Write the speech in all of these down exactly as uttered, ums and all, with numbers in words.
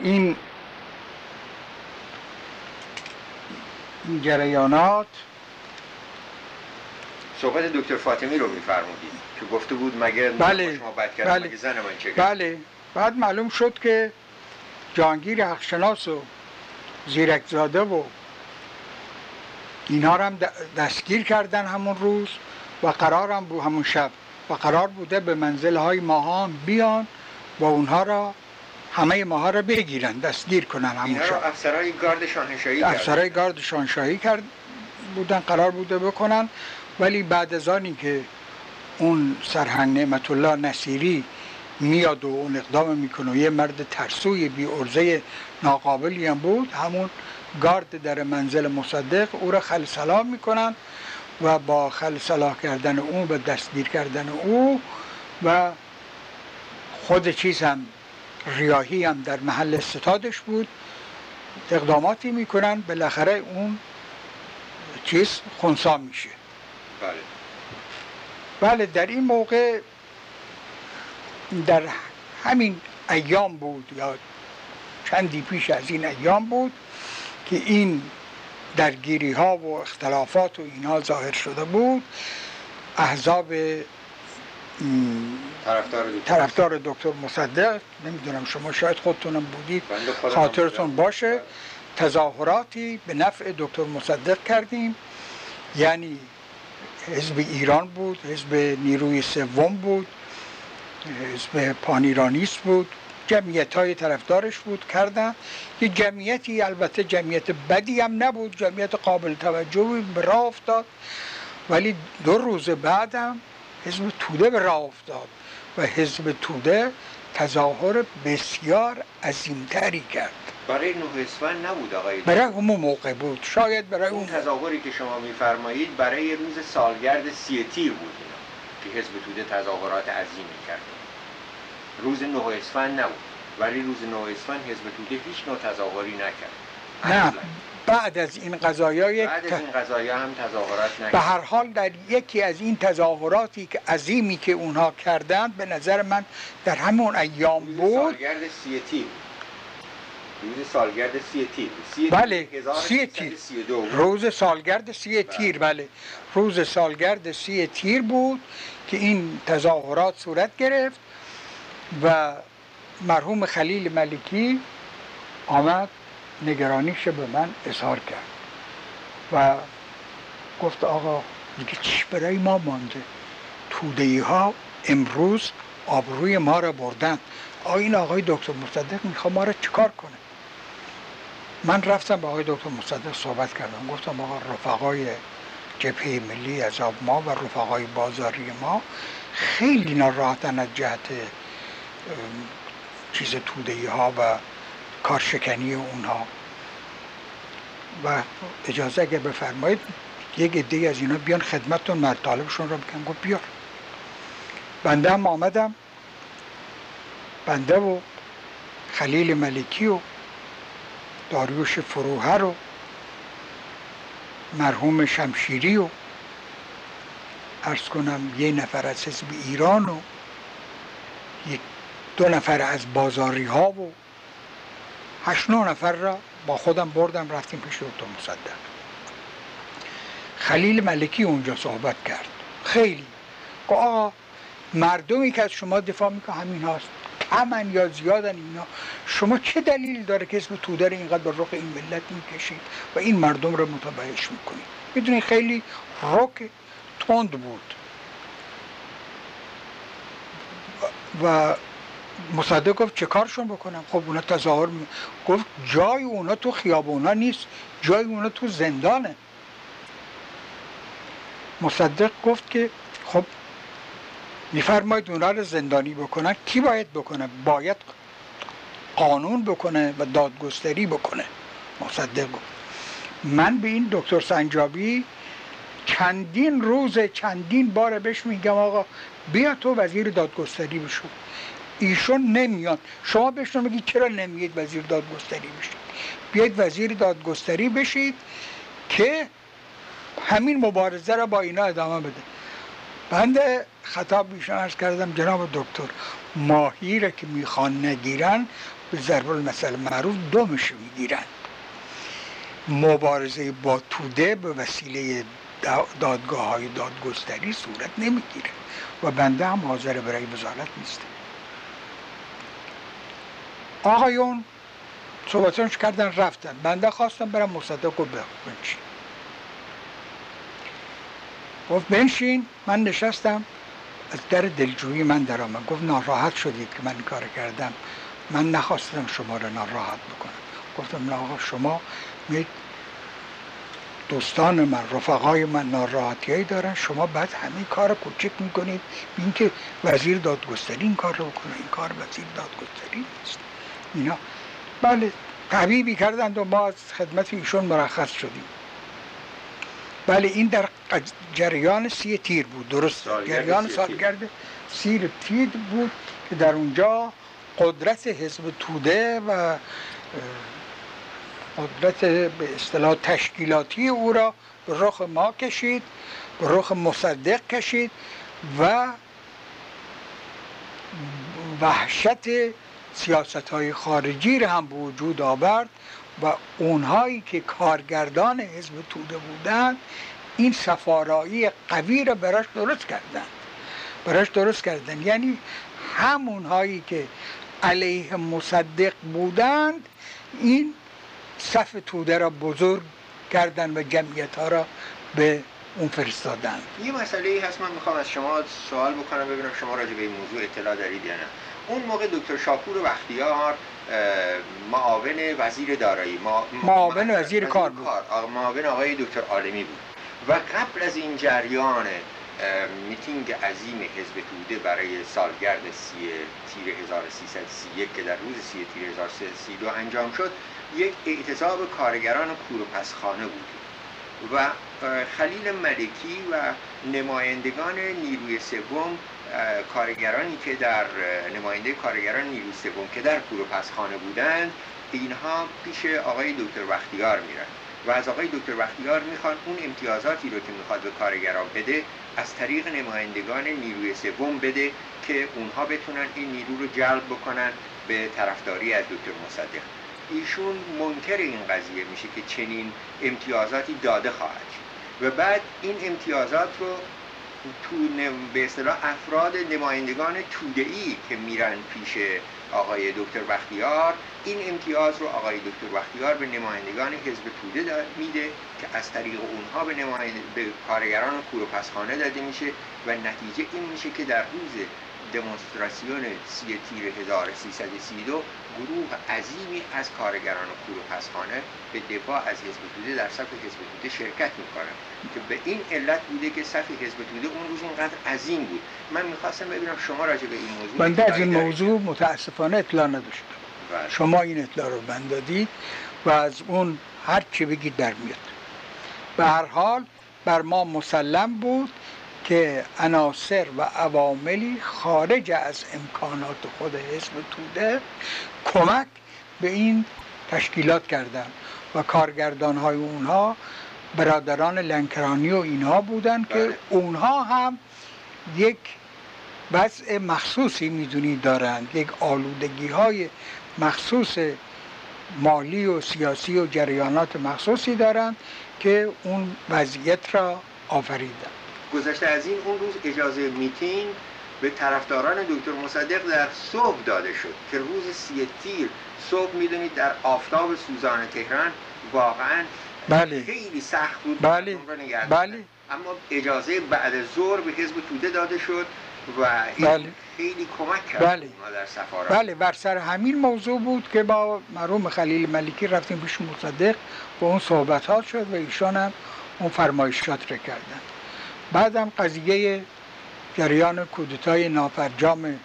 این جریانات صحبت دکتر فاطمی رو می‌فرمودید که گفته بود مگه بله شما بد کردم بله مگه زن من چه کرد؟ بله. بعد معلوم شد که جهانگیر حقشناس و زیرکزاده و اینها رو هم دستگیر کردن همون روز و قرار هم بود همون شب و قرار بوده به منزل‌های ماها هم بیان و اونها را همه ماها را بگیرن دستگیر کنن همون اینا شب. رو افسرهای گارد شاهنشاهی کردن. افسرهای گارد شاهنشاهی کرد بودن قرار بوده بکنن، ولی بعد از آنی که اون سرهنگ نعمت الله نصیری میاد و اون اقدام میکنه و یه مرد ترسوی بی عرضه ناقابلی هم بود، همون گارد در منزل مصدق او را خل سلام میکنن و با خل سلام کردن او و دستگیر کردن او و خود چیز هم ریاهی هم در محل ستادش بود اقداماتی میکنن، بالاخره اون چیز خنثی میشه. بله. بله در این موقع در همین ایام بود یا چندی پیش از این ایام بود که این درگیری ها و اختلافات و اینها ظاهر شده بود. احزاب طرفدار طرفدار دکتر مصدق، نمیدونم شما شاید خودتونم بودید خاطرتون باشه، تظاهراتی به نفع دکتر مصدق کردیم، یعنی حزب ایران بود، حزب نیروی سوم بود، حزب پانیرانیست بود، جمعیت های طرفدارش بود کردن. یه جمعیتی البته جمعیت بدی هم نبود، جمعیت قابل توجهی به راه افتاد، ولی دو روز بعدم حزب توده به راه افتاد و حزب توده تظاهر بسیار عظیمتری کرد. برای نه اسفند نبود آقای برای همون موقع بود، شاید برای اون اون تظاهری که شما میفرمایید برای روز سالگرد سی تیر بود اینا که حزب توده تظاهرات عظیمی کرد. روز نه اسفند نبود، ولی روز نه اسفند حزب توده هیچ نوع تظاهری نکرد. نه بعد از این قضایا بعد از این قضایا هم تظاهرات نکرد. به هر حال در یکی از این تظاهراتی که عظیمی که اونها کردند به نظر من در همون ایام روز بود. سالگرد سی تیر روز سالگرد سی تیر سی بله سی تیر روز سالگرد سی تیر بله روز سالگرد سی تیر بود که این تظاهرات صورت گرفت و مرحوم خلیل ملکی آمد نگرانیش به من اظهار کرد و گفت آقا دیگه چی برای ما مانده؟ توده‌ای ها امروز آبروی ما را بردن، این آقای دکتر مصدق میخواد ما را چیکار کنه؟ من رفتم با آقای دکتر مصدق صحبت کردم، گفتم آقا رفقای جبهه ملی عذاب ما و رفقای بازاری ما خیلی ناراحتن از جهت چیز توده‌ای ها و کارشکنی اونها و اجازه اگر بفرمایید یک عده از اینا بیان خدمتتون مطالبشون رو بگم. گفت بیار. بنده هم آمدم، بنده و خلیل ملکی و داریوش فروهر و مرحوم شمشیری و عرض کنم یه نفر از حزب ایران و یک دو نفر از بازاری ها و هشت نه نفر را با خودم بردم رفتیم پیش دکتر مصدق. خلیل ملکی اونجا صحبت کرد خیلی، گفت آقا مردمی که از شما دفاع میکنه همین هاست، کمن یا زیادن اینا، شما چه دلیل داره که اسم توده رو اینقدر به رخ این ملت میکشید و این مردم رو متبعش میکنید؟ میدونی خیلی رک تند بود و مصدق گفت چه کارشون بکنم؟ خب اونا تظاهر می... گفت جای اونا تو خیابونا نیست، جای اونا تو زندانه. مصدق گفت که خب میفرمایید اونا رو زندانی بکنن، کی باید بکنه؟ باید قانون بکنه و دادگستری بکنه. مصدق گفت من به این دکتر سنجابی چندین روز چندین بار بهش میگم آقا بیا تو وزیر دادگستری بشو، ایشون نمیان. شما بهشون میگید چرا نمیید وزیر دادگستری بشید؟ بیاید وزیر دادگستری بشید که همین مبارزه را با اینا ادامه بده. بنده خطاب بیشتر عرض کردم جناب دکتر، ماهی را که میخوان نگیرن به ضرب المثل معروف دمش میگیرن. مبارزه با توده به وسیله دادگاه های دادگستری صورت نمیگیره و بنده هم حاضر برای وزارت نیستم. آقایون صحبتانش کردن رفتن، بنده خواستم برم مصدق رو بنشین. گفت بنشین. من نشستم، از در دلجویی من در آمد. گفت ناراحت شدید که من این کار کردم، من نخواستم شما رو ناراحت بکنم. گفتم نه آقا، شما می دوستان من، رفقای من ناراحتیایی دارن، شما بعد همین کار کوچک میکنید، این که وزیر دادگستری این کار رو بکنه، این کار وزیر دادگستری نیست. اینا بله طبیبی کردند و ما از خدمت ایشون مرخص شدیم. بله این در جریان سی تیر بود، درست، جریان سالگرد سی تیر بود که در اونجا قدرت حزب توده و قدرت به اصطلاح تشکیلاتی او را به رخ ما کشید، به رخ مصدق کشید و وحشت سیاست های خارجی را هم به وجود آورد و اونهایی که کارگردان حزب توده بودند این سفارایی قوی را براش درست کردند براش درست کردن یعنی همونهایی که علیه مصدق بودند این صف توده را بزرگ کردن و جمعیت ها را به اون فرستادن. یه مسئله ای هست، من میخوام از شما سوال بکنم ببینم شما راجع به این موضوع اطلاع دارید یا نه. اون موقع دکتر شاپور بختیار معاون وزیر دارایی، معاون وزیر کار بود، معاون آقای دکتر عالمی بود و قبل از این جریان میتینگ عظیم حزب توده برای سالگرد سی تیر هزار و سیصد و سی و یک که در روز سی تیر هزار و سیصد و سی و دو انجام شد، یک اعتصاب کارگران کوروپسخانه بود و خلیل ملکی و نمایندگان نیروی سوم، کارگرانی که در نماینده کارگران نیروی سوم که در کوروپسخانه بودند، اینها پیش آقای دکتر بختیار میرن و از آقای دکتر بختیار میخوان اون امتیازاتی رو که میخواد به کارگران بده از طریق نمایندگان نیروی سوم بده که اونها بتونن این نیرو رو جلب بکنن به طرفداری از دکتر مصدق. ایشون منکر این قضیه میشه که چنین امتیازاتی داده خواهد و بعد این امتیازات رو تو به اصطلاح افراد نمایندگان توده‌ای که میرن پیش آقای دکتر بختیار، این امتیاز رو آقای دکتر بختیار به نمایندگان حزب توده میده که از طریق اونها به نماینده به کارگران کوروپسخانه داده میشه و نتیجه این میشه که در روز دمونستراسیون سی تیر هزار و سیصد و سی و دو گروه عظیمی از کارگران کوروپسخانه به دفاع از حزب توده در صف حزب توده شرکت میکنن که به این علت بوده که صف حزب توده اون روز اینقدر عظیم بود. من میخواستم ببینم شما راجع به این موضوع بنده از این موضوع متاسفانه اطلاع نداشتم. بله. شما این اطلاع رو بند دادید و از اون هر چی بگید در میاد. به هر حال بر ما مسلم بود که عناصر و عواملی خارج از امکانات خود حزب توده کمک به این تشکیلات کردند و کارگردان های اونها برادران لنکرانی و اینها بودند که اونها هم یک وضع مخصوصی میدونی دارند، یک آلودگی های مخصوص مالی و سیاسی و جریانات مخصوصی دارند که اون وضعیت را آفریدند. گذشته از این اون روز اجازه میتینگ به طرفداران دکتر مصدق در صبح داده شد که روز سی تیر صبح میدونید در آفتاب سوزان تهران واقعا بله. خیلی سخت بود. بله. بله. اما اجازه بعد ظهر به حزب توده داده شد و این بله. خیلی کمک کرد بله. ما در سفارت. بله بر سر همین موضوع بود که با مرحوم خلیل ملکی رفتیم پیش مصدق و اون صحبت ها شد و ایشان هم اون فرمایشات را کردن. بعدم قضیه جریان کودتای نافرجام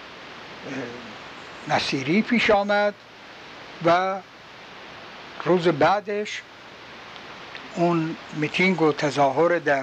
نصیری پیش آمد و روز بعدش اون میتینگ و تظاهر در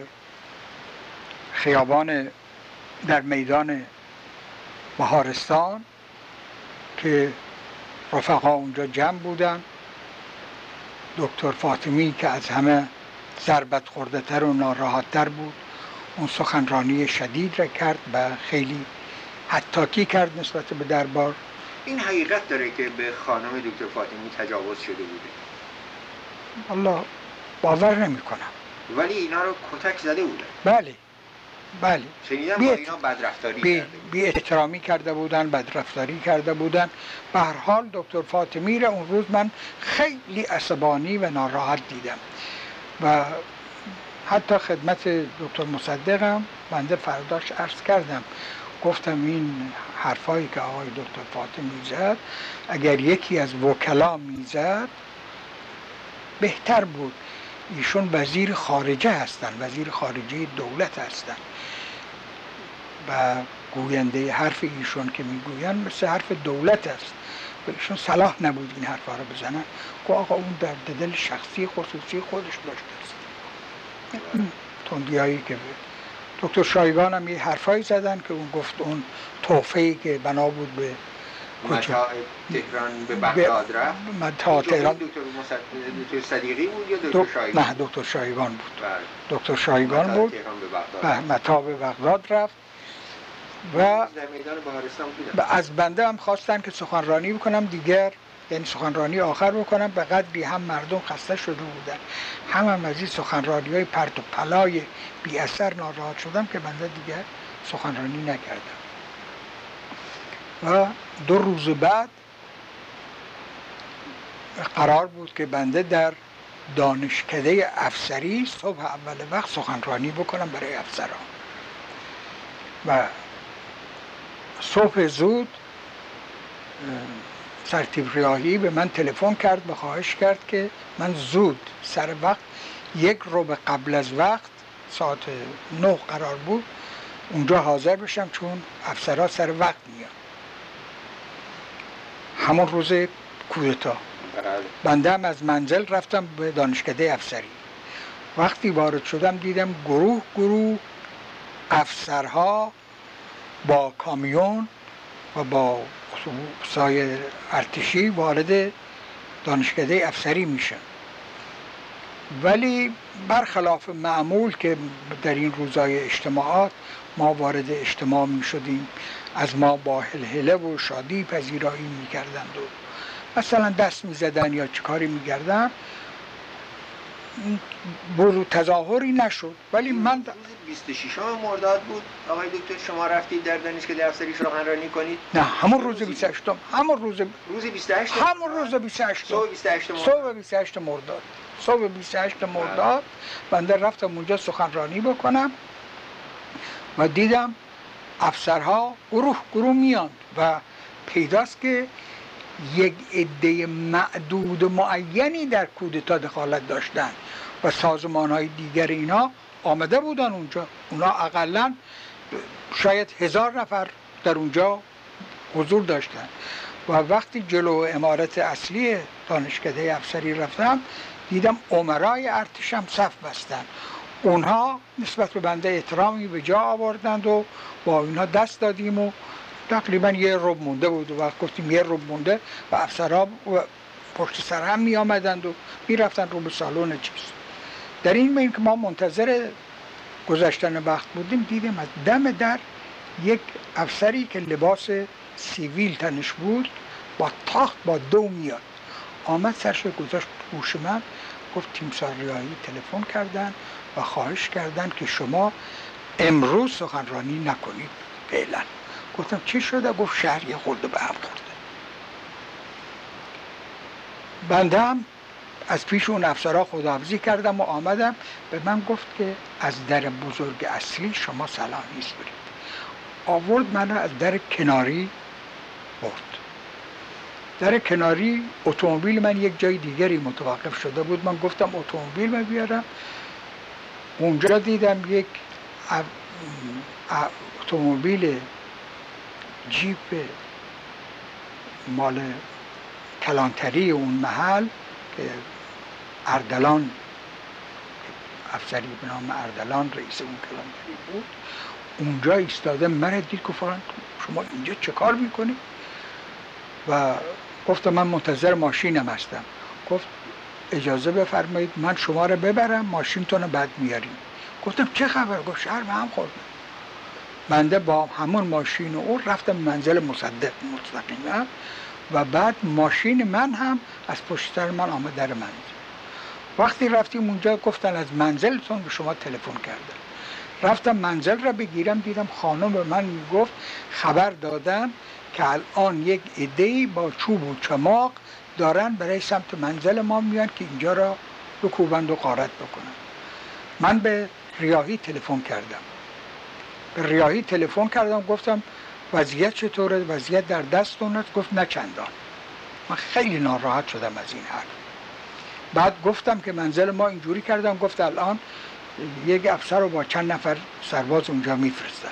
خیابان در میدان بهارستان که رفقا اونجا جمع بودن، دکتر فاطمی که از همه ضربت خورده تر و ناراحت تر بود اون سخنرانی شدید را کرد و خیلی حتاکی کرد نسبت به دربار این حقیقت داره که به خانم دکتر فاطمی تجاوز شده بوده؟ الله باور نمی کنم. ولی اینا رو کتک زده بودن. بله بله شنیدم بی با ات- اینا بدرفتاری بی, کرده. بی احترامی کرده بودن، بدرفتاری کرده بودن. به هر حال دکتر فاطمی را اون روز من خیلی عصبانی و ناراحت دیدم و حتی خدمت دکتر مصدقم بنده فرداش عرض کردم، گفتم این حرفایی که آقای دکتر فاطمی زد اگر یکی از وکلا میزد بهتر بود. ایشون وزیر خارجه هستن، وزیر خارجه دولت هستن و گوینده حرف ایشون که میگوین مثل حرف دولت است و ایشون صلاح نبود این حرفا رو بزنن. که آقا اون در دل شخصی خصوصی خودش داشته است. این تندیایی که بود. دکتر شایگان هم یه حرفایی زدن که اون گفت اون تحفه‌ای که بنا بود به متاع تهران به بغداد رفت. متاع تهران دکتر دکتر صدیقی بود یا دکتر شایگان؟ نه دکتر شایگان بود. بله. دکتر شایگان بود. تهران به بغداد. متاع به بغداد رفت و در میدان بهارستان بودم. از بنده هم خواستن که سخنرانی بکنم دیگر، یعنی سخنرانی آخر بکنم. به قدری هم مردم خسته شده بودن، هم هم از این سخنرانی های پرت و پلای بی اثر ناراحت شدم که بنده دیگر سخنرانی نکردم. و دو روز بعد قرار بود که بنده در دانشکده افسری صبح اول وقت سخنرانی بکنم برای افسران و صبح زود سرتیپ ریاحی به من تلفن کرد، به خواهش کرد که من زود سر وقت یک رو به قبل از وقت ساعت نه قرار بود اونجا حاضر بشم چون افسرها سر وقت میان. همون روز کودتا بنده هم از منزل رفتم به دانشکده افسری. وقتی وارد شدم دیدم گروه گروه افسرها با کامیون و با اتوبوس‌های ارتشی وارد دانشکده افسری میشن. ولی برخلاف معمول که در این روزهای اجتماعات ما وارد اجتماع میشدیم، از ما با هلهله و شادی پذیرایی میکردند و مثلا دست میزدن یا چه کاری میکردن، برو تظاهری نشد. ولی من روز بیست و ششم مرداد بود آقای دکتر شما رفتید در دانشکده افسری سخنرانی کنید؟ نه همون روز بیست و هشتم، همون روز روز بیست و هشت همون روز بیست و هشت صبح بیست و هشت مرداد صبح بیست و هشت مرداد صبح بیست و هشت مرداد بنده رفتم اونجا سخنرانی بکنم و دیدم افسرها گروه گروه میان و پیداست که یک عده معدود معینی در کودتا دخالت داشتن و سازمان های دیگر اینا آمده بودن اونجا. اونا اقلا شاید هزار نفر در اونجا حضور داشتن و وقتی جلو عمارت اصلی دانشکده افسری رفتم دیدم امرای ارتش هم صف بستن. اونها نسبت به بنده احترامی به جا آوردند و با اینها دست دادیم و تقریبا یه ربع مونده بود و وقت گفتیم یه ربع مونده و افسرها پشت سر هم می آمدند و می رفتن رو به سالن چیز. در این بین که ما منتظر گذشتن وقت بودیم دیدیم از دم در یک افسری که لباس سیویل تنش بود با تاخت با دو میاد آمد سرش گذاشت گوش من، گفت تیمسار ریاحی تلفن کردن و خواهش کردن که شما امروز سخنرانی نکنید فعلا. گفتم چی شده؟ گفت شهر یه خورده به هم خورده. بنده هم از پیش اون افسرها خداحافظی کردم و آمدم. به من گفت که از در بزرگ اصلی شما صلاح نیست برید. آورد من از در کناری برد. در کناری اتومبیل من یک جای دیگری متوقف شده بود. من گفتم اتومبیل من بیارم. اونجا دیدم یک اتومبیل جیپ مال کلانتری اون محل که اردلان افسری به نام اردلان رئیس اون کلانتری بود اونجا ایستاده. من دید که فران شما اینجا چه کار میکنی؟ و گفتم من منتظر ماشینم هستم. گفت اجازه بفرمایید من شما رو ببرم ماشینتون رو بعد میاریم. گفتم چه خبر؟ گفت شهر به هم خورده. بنده با همون ماشین او رفتم منزل مصدق مستقیما و بعد ماشین من هم از پشت سر من آمد در منزل. وقتی رفتیم اونجا گفتن از منزلتون به شما تلفن کردن. رفتم منزل را بگیرم، دیدم خانم به من میگفت خبر دادن که الان یک عده‌ای با چوب و چماق دارن برای سمت منزل ما میان که اینجا را بکوبند و غارت بکنن. من به ریاحی تلفن کردم به ریاحی تلفن کردم گفتم وضعیت چطوره؟ وضعیت در دستون است؟ گفت نه چندان. من خیلی ناراحت شدم از این حرف. بعد گفتم که منزل ما اینجوری کردم، گفت الان یک افسر رو با چند نفر سرباز اونجا میفرستن.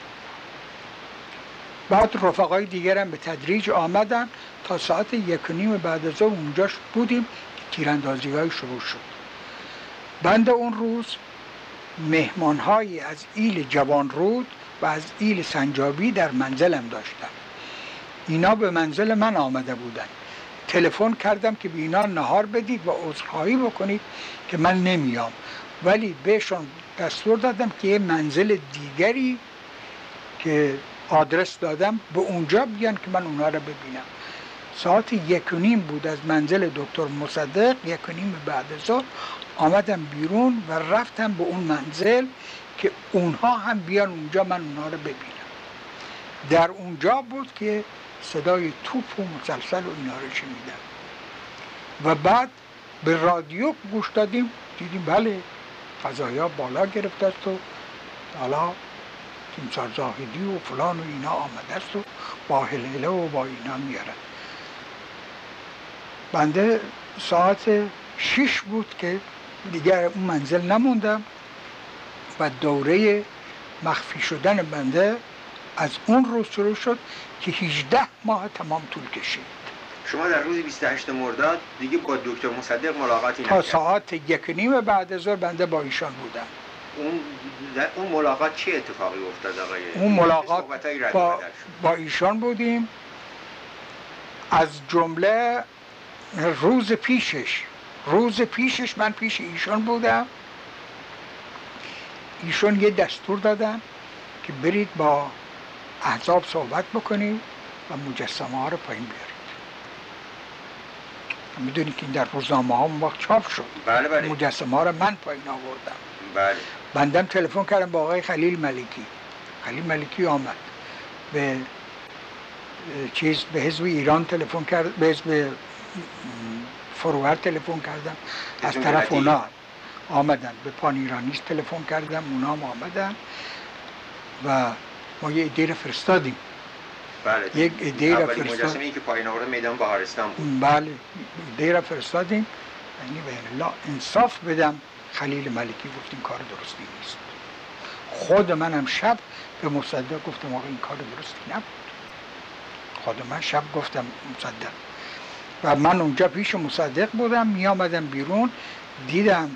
بعد رفقای دیگرم به تدریج آمدن تا ساعت یک و نیم بعد از ظهر اونجا بودیم که تیراندازی های شروع شد. بنده اون روز مهمانهایی از ایل جوانرود و از ایل سنجابی در منزلم داشتم. اینا به منزل من آمده بودن. تلفن کردم که به اینا نهار بدید و عذرخواهی بکنید که من نمیام، ولی بهشون دستور دادم که یه منزل دیگری که آدرس دادم به اونجا بیان که من اونها را ببینم. ساعت یک و نیم بود از منزل دکتر مصدق، یک و نیم بعد از ظهر آمدم بیرون و رفتم به اون منزل که اونها هم بیان اونجا من اونها را ببینم. در اونجا بود که صدای توپ و مسلسل و اینا رو شنیدم و بعد به رادیو گوش دادیم، دیدیم بله فضایا بالا گرفته است و حالا تیمسار زاهدی و فلان و اینا آمده است و با هلیله و با اینا میارن. بنده ساعت شش بود که دیگر اون منزل نموندم و دوره مخفی شدن بنده از اون روز شروع شد که هجده ماه تمام طول کشید. شما در روز بیست و هشتم مرداد دیگه با دکتر مصدق ملاقاتی تا نکرد؟ ساعت یک نیم بعد از ظهر بنده با ایشان بودم. اون در اون ملاقات چه اتفاقی افتاد آقای؟ اون ملاقات با, با ایشان بودیم. از جمله روز پیشش روز پیشش من پیش ایشان بودم. ایشان یه دستور دادن که برید با احزاب صحبت بکنید و مجسمه ها رو پایین بیارید. میدونی که این در روزنامه ها اون وقت چاپ شد. بله بله. مجسمه ها رو من پایین آوردم. بله. بندم تلفن کردم با آقای خلیل ملکی. خلیل ملکی آمد به چیز به حزب ایران تلفن کرد، به حزب فروهر تلفن کردم، از طرف اونا آمدن. به پان ایرانیست تلفن کردم، اونا هم آمدن و ما یه ایده رو فرستادیم. بله. یک ایده رو فرستادیم. مجسمه‌ای که پایین آورد میدان بهارستان بود. بله. ایده رو فرستادیم. یعنی به الله انصاف بدم، خلیل ملکی گفت این کار درستی نیست. خود منم شب به مصدق گفتم آقا این کار درستی نبود. خود من شب گفتم مصدق و من اونجا پیش مصدق بودم. می آمدم بیرون دیدم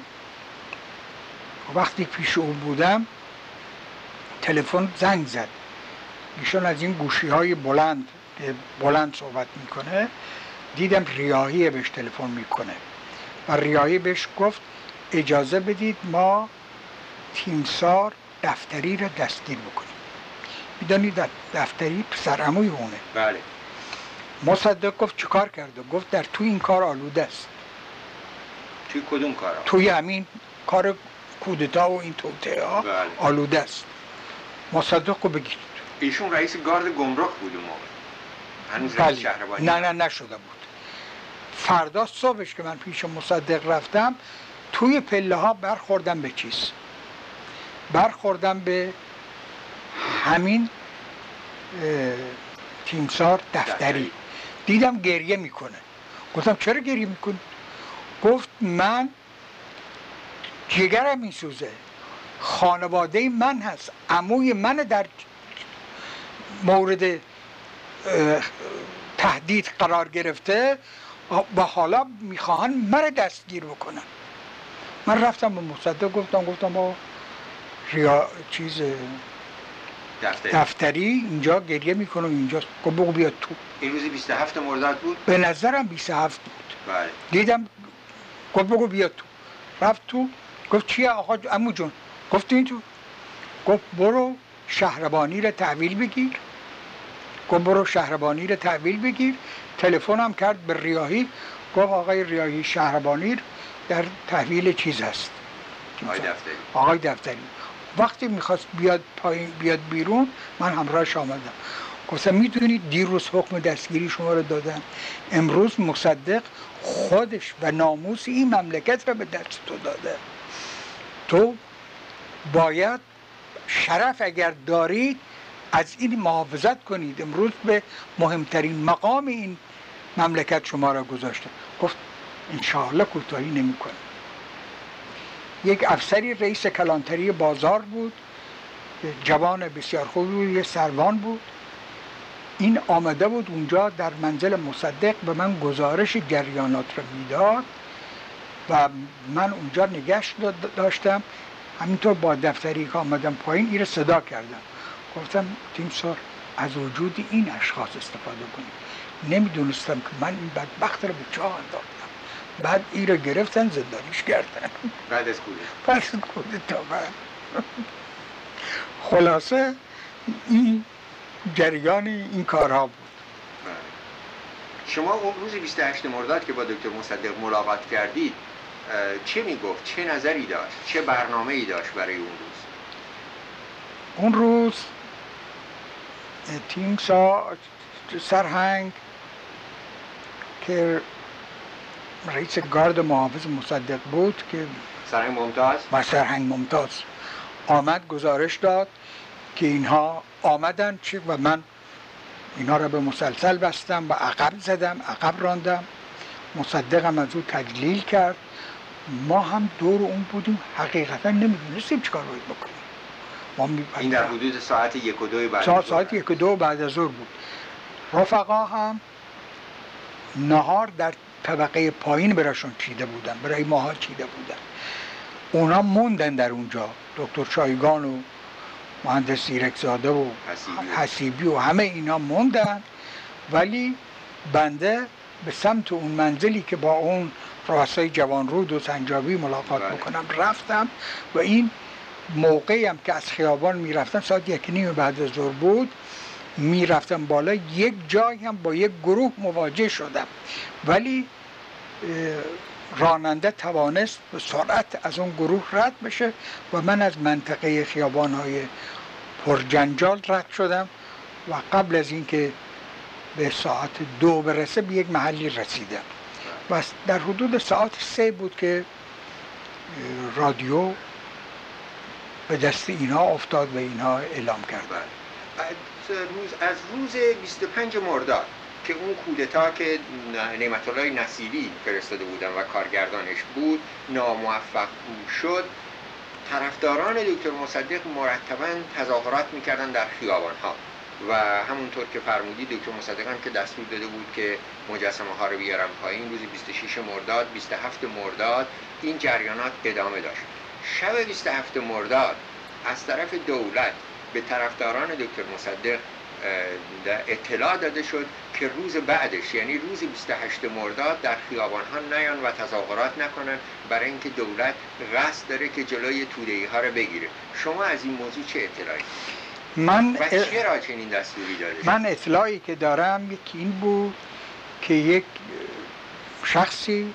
وقتی پیش او بودم تلفن زنگ زد. ایشون از این گوشی های بلند بلند صحبت میکنه. دیدم ریاحی بهش تلفن میکنه و ریاحی بهش گفت اجازه بدید ما تیمسار دفتری را دستگیر بکنیم. میدونید دفتری پسر عموی اونه. بله. مصدق گفت چه کار کرده؟ گفت در توی این کار آلوده است. توی کدوم کار؟ توی همین کار کودتا و این توطئه ها بله. آلوده است. مصدق رو بگیرید. ایشون رئیس گارد گمرک بود اون موقع. هنوز بله. رئیس شهربانی نه نه نشده بود. فردا صبحش که من پیش مصدق رفتم توی پله ها برخوردم به چیز برخوردم به همین تیمسار دفتری. دیدم گریه میکنه. گفتم چرا گریه میکنی؟ گفت من جگرم میسوزه، خانواده من هست، عموی من در مورد تهدید قرار گرفته و حالا میخواهن مرا دستگیر بکنن. من رفتم به مصدق گفتم گفتم با ریا چیز دفتری. دفتری اینجا گریه میکنه اینجا. گفت بگو بیاد تو. این روزی بیست و هفتم مرداد بود؟ به نظرم بیست و هفت بود. بله. دیدم گفت بگو بیاد تو. رفت تو. گفت چیه آقا عمو جون؟ گفت این تو. گفت برو شهربانی رو تحویل بگیر. گفت برو شهربانی رو تحویل بگیر. تلفنم کرد به ریاحی، گفت آقای ریاحی شهربانی در تحویل چیز هست، آقای دفتری. آقای دفتری. وقتی میخواست بیاد پایین بیاد بیرون، من همراهش آمدم. گفتم میدونید دیروز حکم دستگیری شما رو دادن، امروز مصدق خودش و ناموس این مملکت رو به دست تو داده. تو باید شرف اگر دارید از این محافظت کنید. امروز به مهمترین مقام این مملکت شما را گذاشته. گفت انشاءالله کوتاهی نمی کنه. یک افسری رئیس کلانتری بازار بود، جوان بسیار خوبی بود، یه سروان بود. این آمده بود اونجا در منزل مصدق و من گزارش جریانات رو میداد و من اونجا نگهش داشتم. همینطور با دفتری که آمدم پایین این رو صدا کردم، گفتم تیمسار از وجود این اشخاص استفاده کنید. نمیدونستم که من این بدبخت رو به چاه انداختم. بعد این رو گرفتن زندانیش کردن بعد از کودتا. بعد از کودتا. خلاصه این جریان این کارها بود. شما اون روز بیست و هشتم مرداد که با دکتر مصدق ملاقات کردید چه میگفت؟ چه نظری داشت؟ چه برنامه‌ای داشت برای اون روز؟ اون روز تیمسا سرهنگ که رئیس گارد محافظ مصدق بود که سرهنگ ممتاز و سرهنگ ممتاز آمد گزارش داد که اینها آمدن چی و من اینها را به مسلسل بستم و عقب زدم، عقب راندم. مصدقم از او تجلیل کرد. ما هم دور اون بودیم، حقیقتا نمیدونستیم چیکار باید بکنیم. ما این در حدود ساعت یک و دو بعد ساعت, ساعت یک و دو بعد از ظهر بود. رفقا هم نهار در طبقه پایین براشون چیده بودن، برای ماها چیده بودن. اونا موندن در اونجا، دکتر شایگان و مهندس زیرکزاده و حسیبی و همه اینا موندن، ولی بنده به سمت اون منزلی که با اون رؤسای جوانرود و سنجابی ملاقات بله. بکنم رفتم و این موقعی هم که از خیابان میرفتم ساعت یک نیم بعد از ظهر بود، میرفتم بالا یک جایی هم با یک گروه مواجه شدم، ولی راننده توانست به سرعت از اون گروه رد بشه و من از منطقه خیابان‌های پرجنجال رد شدم و قبل از اینکه به ساعت دو برسه به یک محلی رسیدم و در حدود ساعت سه بود که رادیو به دست اینها افتاد و اینها اعلام کردن. روز از روز بیست و پنجم مرداد که اون کودتا که نعمت الله نصیری فرستاده بودن و کارگردانش بود ناموفق شد، طرفداران دکتر مصدق مرتباً تظاهرات میکردن در خیابان‌ها و همونطور که فرمودی دکتر مصدق هم که دستور داده بود که مجسمه ها رو بیارن پایین. روز بیست و ششم مرداد، بیست و هفتم مرداد این جریانات ادامه داشت. شب بیست و هفتم مرداد از طرف دولت به طرفداران دکتر مصدق اطلاع داده شد که روز بعدش یعنی روز بیست و هشتم مرداد در خیابان ها نیان و تظاهرات نکنن برای اینکه دولت قصد داره که جلوی توده‌ای ها رو بگیره. شما از این موضوع چه اطلاعی؟ من و چرا چنین دستوری داده شد؟ من اطلاعی که دارم یکی این بود که یک شخصی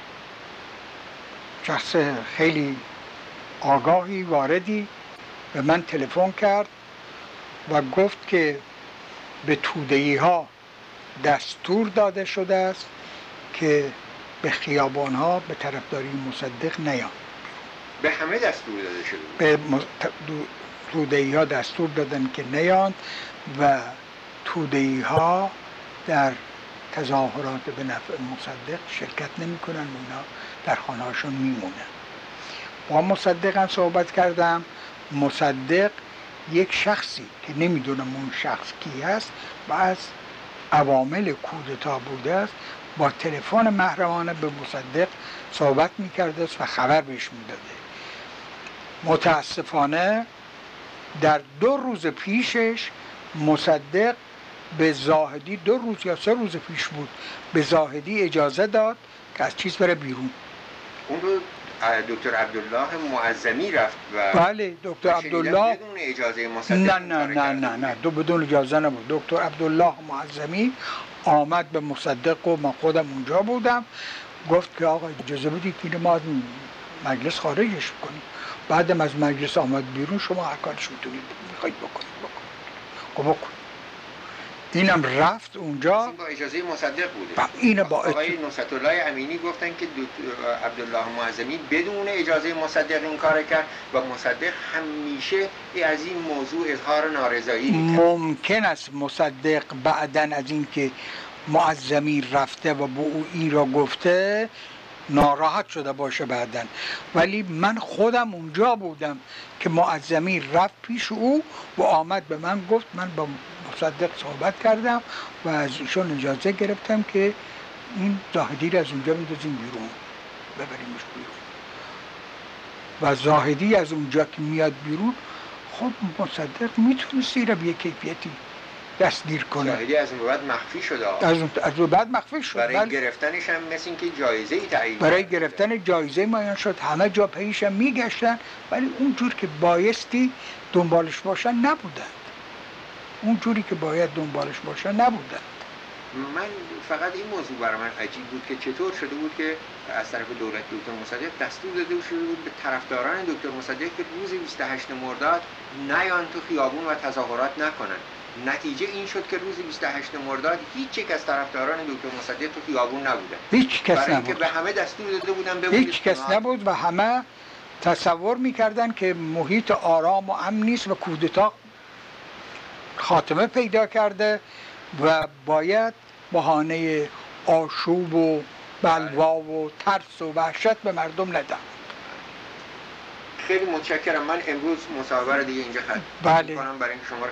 شخص خیلی آگاهی واردی به من تلفن کرد و گفت که به توده‌ای ها دستور داده شده است که به خیابان ها به طرفداری مصدق نیان. به همه دستور داده شده بود؟ به توده‌ای ها دستور دادن که نیان و توده‌ای ها در تظاهرات به نفع مصدق شرکت نمی کنن و اینا در خانه هاشون میمونن. با مصدق هم صحبت کردم. مصدق یک شخصی که نمیدونم اون شخص کی هست و از عوامل کودتا بوده است با تلفن محرمانه به مصدق صحبت میکرده است و خبر بهش میداده. متاسفانه در دو روز پیشش مصدق به زاهدی دو روز یا سه روز پیش بود به زاهدی اجازه داد که از چیز بره بیرون. اون رو دکتر عبدالله معظمی رفت و بله دکتر من شنیدم عبدالله بدون اجازه مصدق نه این نه کار نه کرده نه بود. نه دو بدون اجازه نبود. دکتر عبدالله معظمی آمد به مصدق و من خودم اونجا بودم، گفت که آقا اجازه بدید که اینو ما از مجلس خارجش کنیم. بعدم از مجلس آمد بیرون، شما هر کارش میتونید میخواید بکنید بکنید. خب بکن. اینم رفت اونجا. این با اجازه مصدق بوده. و اینو با آقای نصرت الله امینی گفتن که دکتر عبدالله معظمی بدون اجازه مصدق این کار کرد و مصدق همیشه از این موضوع اظهار نارضایی میکرد. ممکن است مصدق بعدن از اینکه معظمی رفته و به او این را گفته ناراحت شده باشه بعدن، ولی من خودم اونجا بودم که معظمی رفت پیش او و آمد به من گفت من با مصدق صحبت کردم و از ایشون اجازه گرفتم که این زاهدی را از اونجا میندازیم بیرون، ببریمش بیرون. و زاهدی از اونجا که میاد بیرون، خب مصدق میتونستی را به یک کیفیتی دستگیر کنه. زاهدی از اون بعد مخفی شده. از اون از اون بعد مخفی شد. برای بله. گرفتنش هم مثل اینکه جایزه ای تعیین برای کرد. گرفتن جایزه معین شد، همه جا پیش هم میگشتن، ولی اونجور که بایستی دنبالش باشن نبودند. اونجوری که باید دنبالش باشن نبودند. من فقط این موضوع برای من عجیب بود که چطور شده بود که از طرف دولت دکتر مصدق دستور داده شده بود به طرفداران دکتر مصدق که روز بیست و هشتم مرداد نیان تو خیابون و تظاهرات نکنن. نتیجه این شد که روز بیست و هشتم مرداد هیچ یک از طرفداران دکتر مصدق تو خیابون نبودن. هیچ کس برای اینکه نبود. به همه دستور داده بودن بمونید. هیچ کس نبود و همه تصور میکردن که محیط آرام و امن نیست و کودتا خاتمه پیدا کرده و باید بهانه آشوب و بلوا و ترس و وحشت به مردم ندن. خیلی متشکرم. من امروز مصاحبه رو دیگه اینجا ختم بله. می‌کنم برای اینکه شما